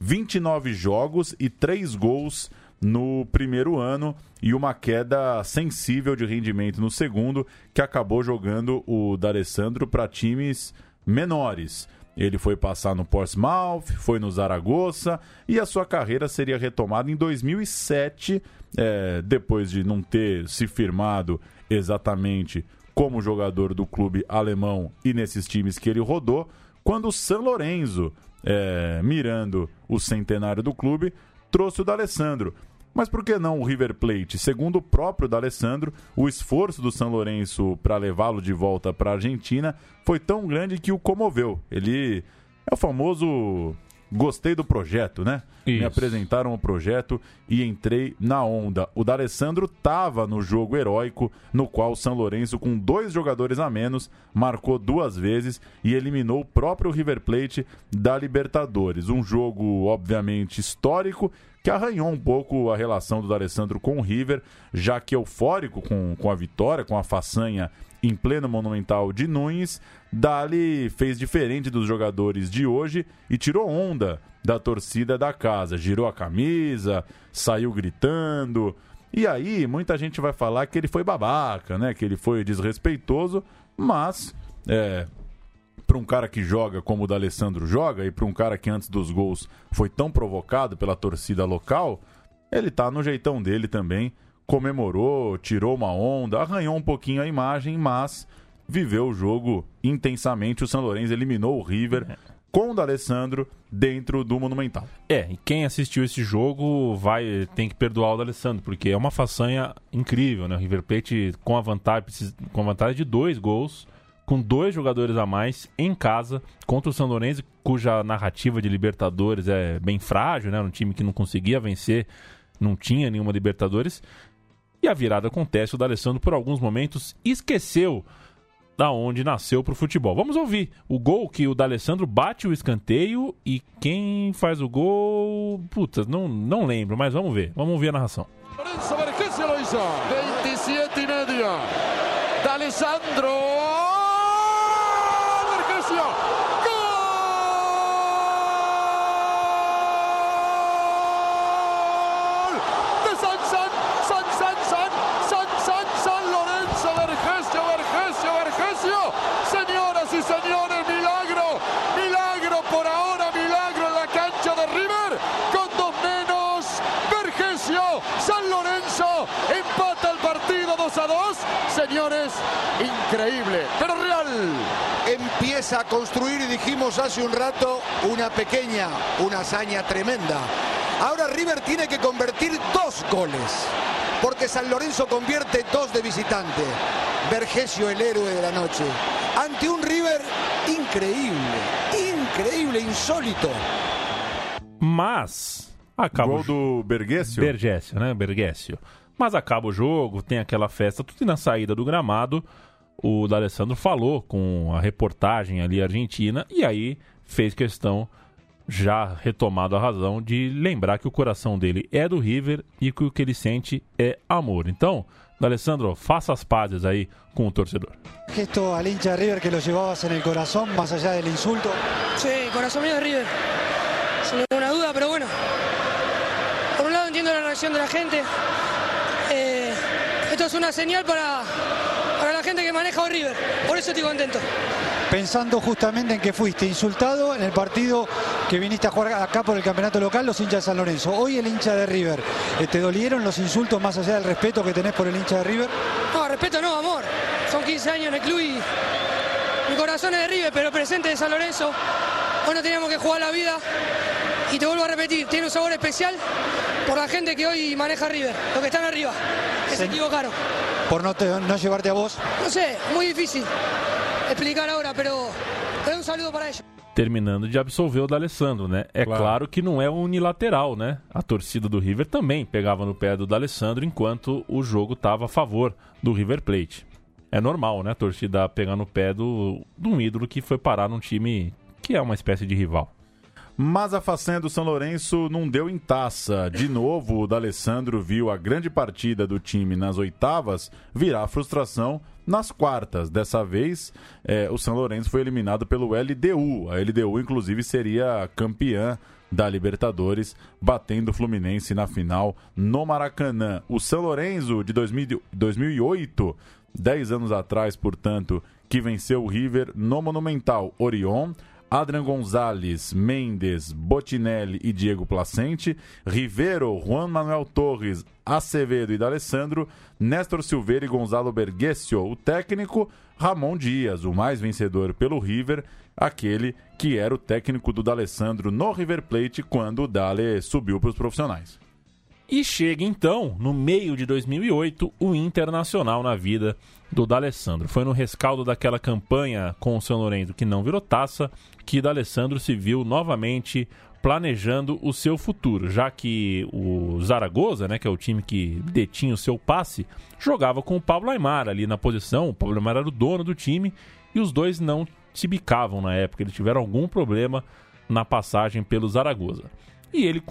29 jogos e 3 gols no primeiro ano e uma queda sensível de rendimento no segundo, que acabou jogando o D'Alessandro para times menores. Ele foi passar no Portsmouth, foi no Zaragoza e a sua carreira seria retomada em 2007, depois de não ter se firmado exatamente como jogador do clube alemão e nesses times que ele rodou, quando o San Lorenzo, mirando o centenário do clube, trouxe o D'Alessandro. Mas por que não o River Plate? Segundo o próprio D'Alessandro, o esforço do San Lorenzo para levá-lo de volta para a Argentina foi tão grande que o comoveu. Ele é o famoso gostei do projeto, né? Isso. Me apresentaram o projeto e entrei na onda. O D'Alessandro estava no jogo heróico, no qual o San Lorenzo, com 2 jogadores a menos, marcou 2 vezes e eliminou o próprio River Plate da Libertadores. Um jogo, obviamente, histórico, que arranhou um pouco a relação do D'Alessandro com o River, já que eufórico com a vitória, com a façanha em pleno Monumental de Núñez, Dali fez diferente dos jogadores de hoje e tirou onda da torcida da casa. Girou a camisa, saiu gritando. E aí, muita gente vai falar que ele foi babaca, né? Que ele foi desrespeitoso, mas para um cara que joga como o D'Alessandro joga e para um cara que antes dos gols foi tão provocado pela torcida local, ele tá no jeitão dele também, comemorou, tirou uma onda, arranhou um pouquinho a imagem, mas viveu o jogo intensamente. O San Lorenzo eliminou o River com o D'Alessandro dentro do Monumental. E quem assistiu esse jogo tem que perdoar o D'Alessandro, porque é uma façanha incrível, né? O River Plate com a vantagem de 2 gols, com 2 jogadores a mais em casa contra o San Lorenzo, cuja narrativa de Libertadores é bem frágil, né? Um time que não conseguia vencer, não tinha nenhuma Libertadores. E a virada acontece, o D'Alessandro por alguns momentos esqueceu da onde nasceu pro futebol. Vamos ouvir o gol que o D'Alessandro bate o escanteio e quem faz o gol... Putz, não lembro, mas vamos ver a narração. Lorenzo Vergesio lo hizo. 27 y medio. D'Alessandro. 2-2, señores, increíble, pero real. Empieza a construir, y dijimos hace un rato, una hazaña tremenda. Ahora River tiene que convertir 2 goles, porque San Lorenzo convierte 2 de visitante. Vergesio, el héroe de la noche, ante un River increíble, insólito. Mas acaba gol do Bergesio, né? Bergesio. Mas acaba o jogo, tem aquela festa, tudo, e na saída do gramado, o D'Alessandro falou com a reportagem ali argentina, e aí fez questão, já retomado a razão, de lembrar que o coração dele é do River e que o que ele sente é amor. Então, D'Alessandro, faça as pazes aí com o torcedor. Gesto al hincha de River que lo llevabas en el corazón, más allá del insulto. Sí, corazón mío de River, sin ninguna duda, pero bueno, por un lado entiendo la reacción de la gente. Esto es una señal para la gente que maneja a River, por eso estoy contento. Pensando justamente en que fuiste insultado en el partido que viniste a jugar acá por el campeonato local, los hinchas de San Lorenzo. Hoy el hincha de River, ¿te dolieron los insultos más allá del respeto que tenés por el hincha de River? No, respeto no, amor. Son 15 años en el club y mi corazón es de River, pero presente de San Lorenzo. Hoy no teníamos que jugar la vida y te vuelvo a repetir, tiene un sabor especial por la gente que hoy maneja River, los que están arriba, que se equivocaron. ¿Por no llevarte a vos? No sé, muy difícil explicar ahora, pero un saludo para ellos. Terminando de absolver o D'Alessandro, né? É claro que não é unilateral, né? A torcida do River também pegava no pé do D'Alessandro enquanto o jogo estava a favor do River Plate. É normal, né? A torcida pegar no pé de um ídolo que foi parar num time que é uma espécie de rival. Mas a façanha do São Lourenço não deu em taça. De novo, o D'Alessandro viu a grande partida do time nas oitavas virar frustração nas quartas. Dessa vez, o São Lourenço foi eliminado pelo LDU. A LDU, inclusive, seria campeã da Libertadores, batendo o Fluminense na final no Maracanã. O São Lourenço, de 2008, 10 anos atrás, portanto, que venceu o River no Monumental. Orion, Adrian Gonzalez, Mendes, Botinelli e Diego Placente, Rivero, Juan Manuel Torres, Acevedo e D'Alessandro, Néstor Silveira e Gonzalo Bergesio, o técnico, Ramon Dias, o mais vencedor pelo River, aquele que era o técnico do D'Alessandro no River Plate quando o Dale subiu para os profissionais. E chega então, no meio de 2008, o Internacional na vida do D'Alessandro. Foi no rescaldo daquela campanha com o São Lourenço que não virou taça, que D'Alessandro se viu novamente planejando o seu futuro, já que o Zaragoza, né, que é o time que detinha o seu passe, jogava com o Pablo Aimar ali na posição. O Pablo Aimar era o dono do time e os dois não se bicavam na época, eles tiveram algum problema na passagem pelo Zaragoza. E ele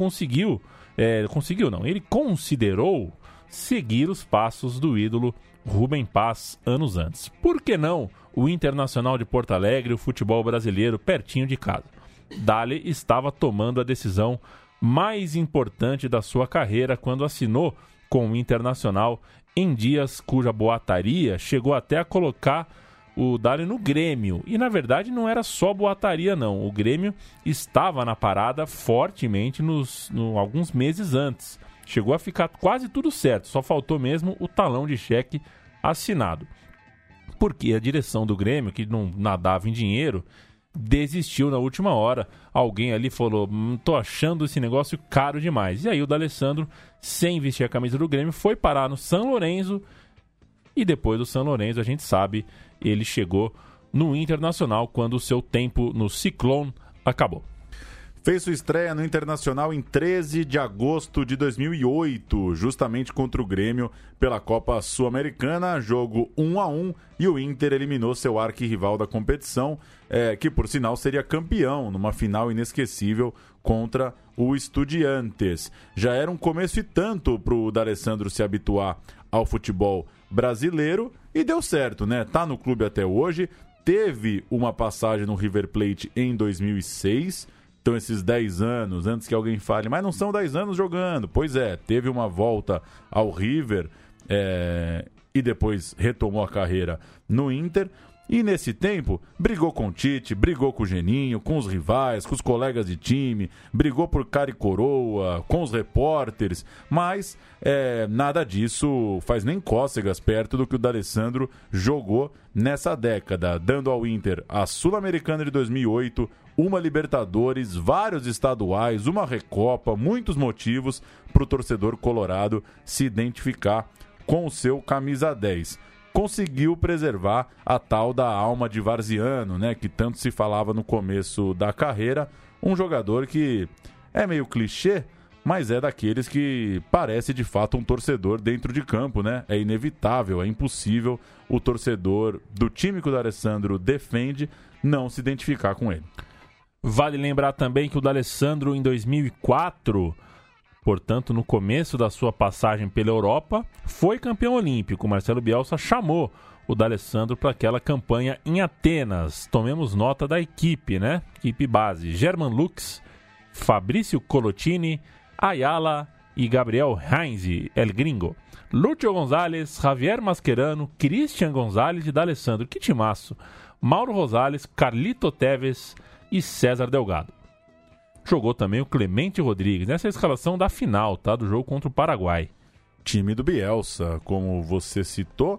ele considerou seguir os passos do ídolo Rubem Paz anos antes. Por que não o Internacional de Porto Alegre, o futebol brasileiro pertinho de casa? Dale estava tomando a decisão mais importante da sua carreira quando assinou com o Internacional em dias cuja boataria chegou até a colocar o Dale no Grêmio. E na verdade não era só boataria não, o Grêmio estava na parada fortemente alguns meses antes. Chegou a ficar quase tudo certo, só faltou mesmo o talão de cheque assinado. Porque a direção do Grêmio, que não nadava em dinheiro, desistiu na última hora. Alguém ali falou, tô achando esse negócio caro demais. E aí o D'Alessandro, sem vestir a camisa do Grêmio, foi parar no São Lourenço. E depois do São Lourenço, a gente sabe, ele chegou no Internacional quando o seu tempo no Ciclone acabou. Fez sua estreia no Internacional em 13 de agosto de 2008, justamente contra o Grêmio pela Copa Sul-Americana, jogo 1-1, e o Inter eliminou seu arquirrival da competição, que por sinal seria campeão numa final inesquecível contra o Estudiantes. Já era um começo e tanto para o D'Alessandro se habituar ao futebol brasileiro e deu certo, né? Tá no clube até hoje, teve uma passagem no River Plate em 2006. Então esses 10 anos, antes que alguém fale, mas não são 10 anos jogando. Pois é, teve uma volta ao River e depois retomou a carreira no Inter. E nesse tempo, brigou com o Tite, brigou com o Geninho, com os rivais, com os colegas de time, brigou por cara e coroa, com os repórteres, mas nada disso faz nem cócegas perto do que o D'Alessandro jogou nessa década, dando ao Inter a Sul-Americana de 2008, uma Libertadores, vários estaduais, uma Recopa, muitos motivos para o torcedor colorado se identificar com o seu camisa 10. Conseguiu preservar a tal da alma de varziano, né, que tanto se falava no começo da carreira. Um jogador que é meio clichê, mas é daqueles que parece de fato um torcedor dentro de campo, né? É inevitável, é impossível o torcedor do time que o D'Alessandro defende não se identificar com ele. Vale lembrar também que o D'Alessandro, em 2004, portanto, no começo da sua passagem pela Europa, foi campeão olímpico. Marcelo Bielsa chamou o D'Alessandro para aquela campanha em Atenas. Tomemos nota da equipe, né? Equipe base: German Lux, Fabrício Colottini, Ayala e Gabriel Heinz, El Gringo, Lúcio Gonzalez, Javier Mascherano, Christian Gonzalez e D'Alessandro. Que timaço! Mauro Rosales, Carlito Teves e César Delgado. Jogou também o Clemente Rodrigues, nessa escalação da final, tá? Do jogo contra o Paraguai. Time do Bielsa, como você citou,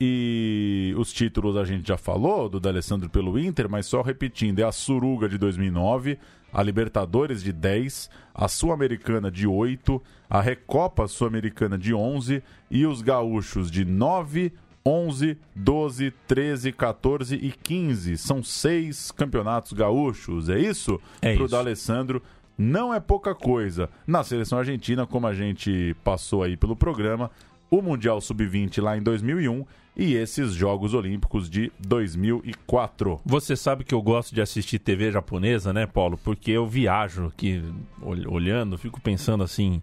e os títulos a gente já falou, do D'Alessandro pelo Inter, mas só repetindo, é a Suruga de 2009, a Libertadores de 10, a Sul-Americana de 8, a Recopa Sul-Americana de 11 e os gaúchos de 9, 11, 12, 13, 14 e 15. São 6 campeonatos gaúchos, é isso? Pro D'Alessandro não é pouca coisa. Na seleção argentina, como a gente passou aí pelo programa, o Mundial Sub-20 lá em 2001 e esses Jogos Olímpicos de 2004. Você sabe que eu gosto de assistir TV japonesa, né, Paulo? Porque eu viajo aqui olhando, fico pensando assim...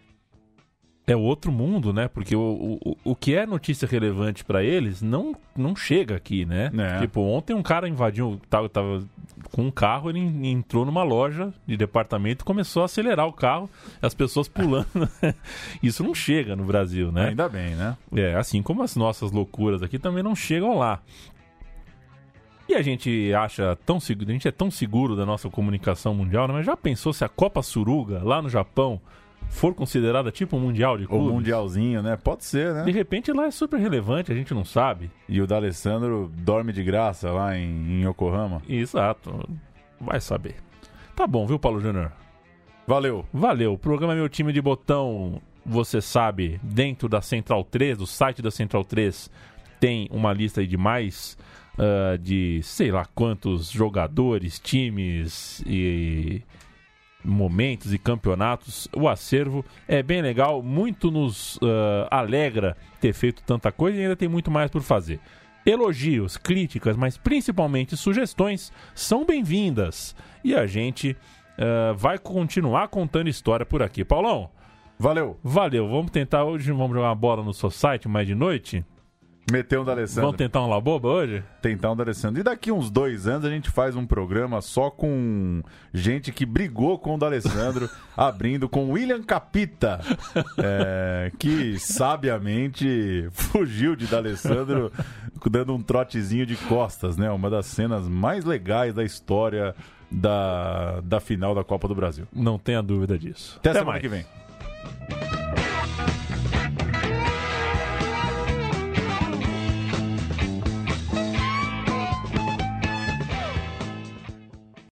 É outro mundo, né? Porque o que é notícia relevante pra eles não chega aqui, né? Tipo, ontem um cara invadiu, tava com um carro, ele entrou numa loja de departamento e começou a acelerar o carro, as pessoas pulando. Isso não chega no Brasil, né? Ainda bem, né? Assim como as nossas loucuras aqui também não chegam lá. E a gente acha tão seguro, a gente é tão seguro da nossa comunicação mundial, né? Mas já pensou se a Copa Suruga, lá no Japão, for considerada tipo um mundial de clubes? Ou mundialzinho, né? Pode ser, né? De repente lá é super relevante, a gente não sabe. E o D'Alessandro dorme de graça lá em Yokohama. Exato. Vai saber. Tá bom, viu, Paulo Júnior? Valeu. Valeu. O programa Meu Time de Botão, você sabe, dentro da Central 3, do site da Central 3, tem uma lista aí de mais de sei lá quantos jogadores, times e... momentos e campeonatos. O acervo é bem legal, muito nos alegra ter feito tanta coisa e ainda tem muito mais por fazer. Elogios, críticas, mas principalmente sugestões são bem-vindas e a gente vai continuar contando história por aqui. Paulão, valeu. Vamos tentar hoje, vamos jogar uma bola no Society mais de noite? Meter um D'Alessandro. Vamos tentar um Laboba hoje? Tentar um D'Alessandro. E daqui uns 2 anos a gente faz um programa só com gente que brigou com o D'Alessandro, abrindo com William Capita, que sabiamente fugiu de D'Alessandro, dando um trotezinho de costas, né? Uma das cenas mais legais da história da final da Copa do Brasil. Não tenha dúvida disso. Até semana que vem.